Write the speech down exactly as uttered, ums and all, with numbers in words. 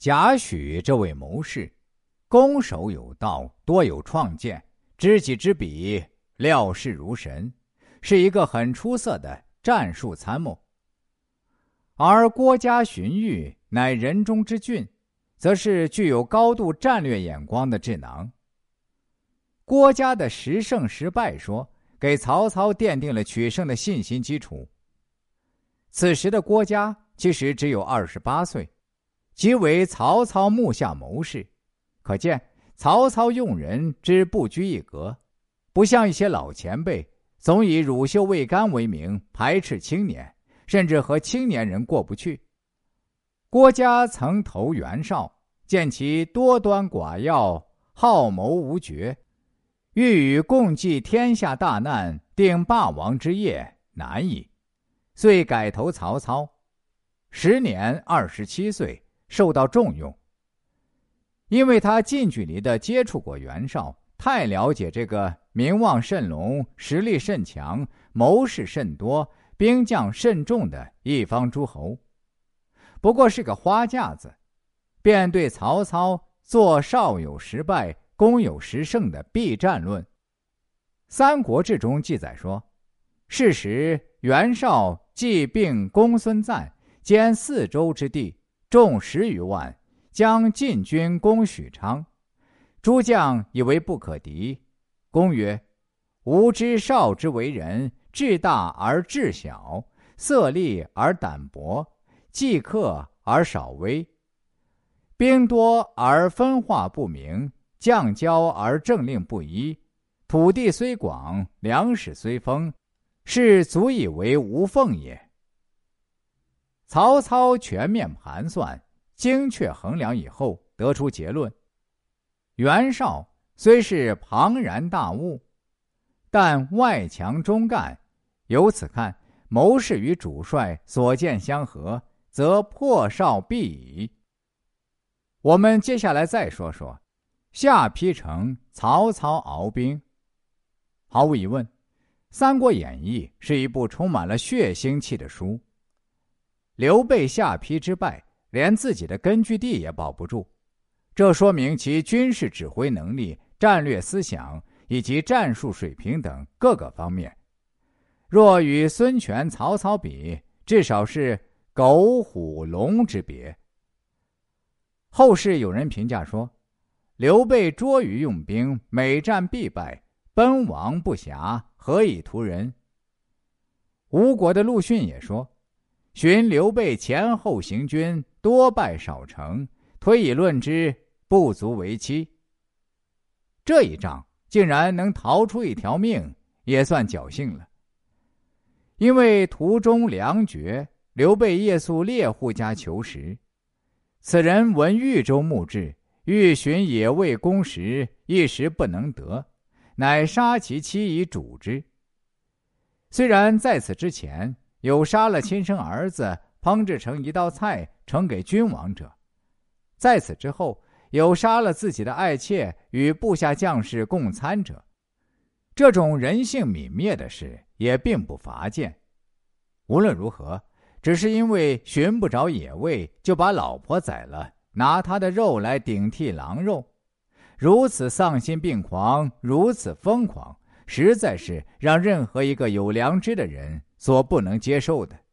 贾诩这位谋士，攻守有道，多有创建，知己知彼，料事如神，是一个很出色的战术参谋。而郭嘉荀彧乃人中之俊，则是具有高度战略眼光的智囊。郭嘉的十胜十败说，给曹操奠定了取胜的信心基础。此时的郭嘉其实只有二十八岁，即为曹操幕下谋士，可见曹操用人之不拘一格，不像一些老前辈总以乳臭未干为名排斥青年，甚至和青年人过不去。郭嘉曾投袁绍，见其多端寡要，好谋无决，欲与共济天下大难，定霸王之业，难矣，遂改投曹操。时年二十七岁，受到重用。因为他近距离地接触过袁绍，太了解这个名望甚隆、实力甚强、谋士甚多、兵将甚众的一方诸侯，不过是个花架子，便对曹操做少有十败，攻有十胜的避战论。三国志中记载说，是时袁绍既并公孙瓒，兼四州之地，众十余万，将进军攻许昌。诸将以为不可敌。公曰：吾知绍之为人，志大而志小，色厉而胆薄，计克而少威，兵多而分化不明，将骄而政令不一，土地虽广，粮食虽丰，是足以为无凤也。曹操全面盘算，精确衡量以后，得出结论：袁绍虽是庞然大物，但外强中干，由此看，谋士与主帅所见相合，则破绍必矣。我们接下来再说说下邳城曹操鏖兵。毫无疑问，《三国演义》是一部充满了血腥气的书。刘备下邳之败，连自己的根据地也保不住，这说明其军事指挥能力、战略思想以及战术水平等各个方面，若与孙权、曹操比，至少是狗虎龙之别。后世有人评价说，刘备拙于用兵，每战必败，奔亡不暇，何以图人？吴国的陆逊也说，寻刘备前后行军，多败少成，推以论之，不足为奇。这一仗竟然能逃出一条命，也算侥幸了。因为途中粮绝，刘备夜宿猎户家求食。此人闻豫州牧至，欲寻野味攻食，一时不能得，乃杀其妻以主之。虽然在此之前有杀了亲生儿子，烹制成一道菜呈给君王者，在此之后有杀了自己的爱妾与部下将士共餐者，这种人性泯灭的事也并不乏见。无论如何，只是因为寻不着野味，就把老婆宰了，拿他的肉来顶替狼肉，如此丧心病狂，如此疯狂，实在是让任何一个有良知的人所不能接受的。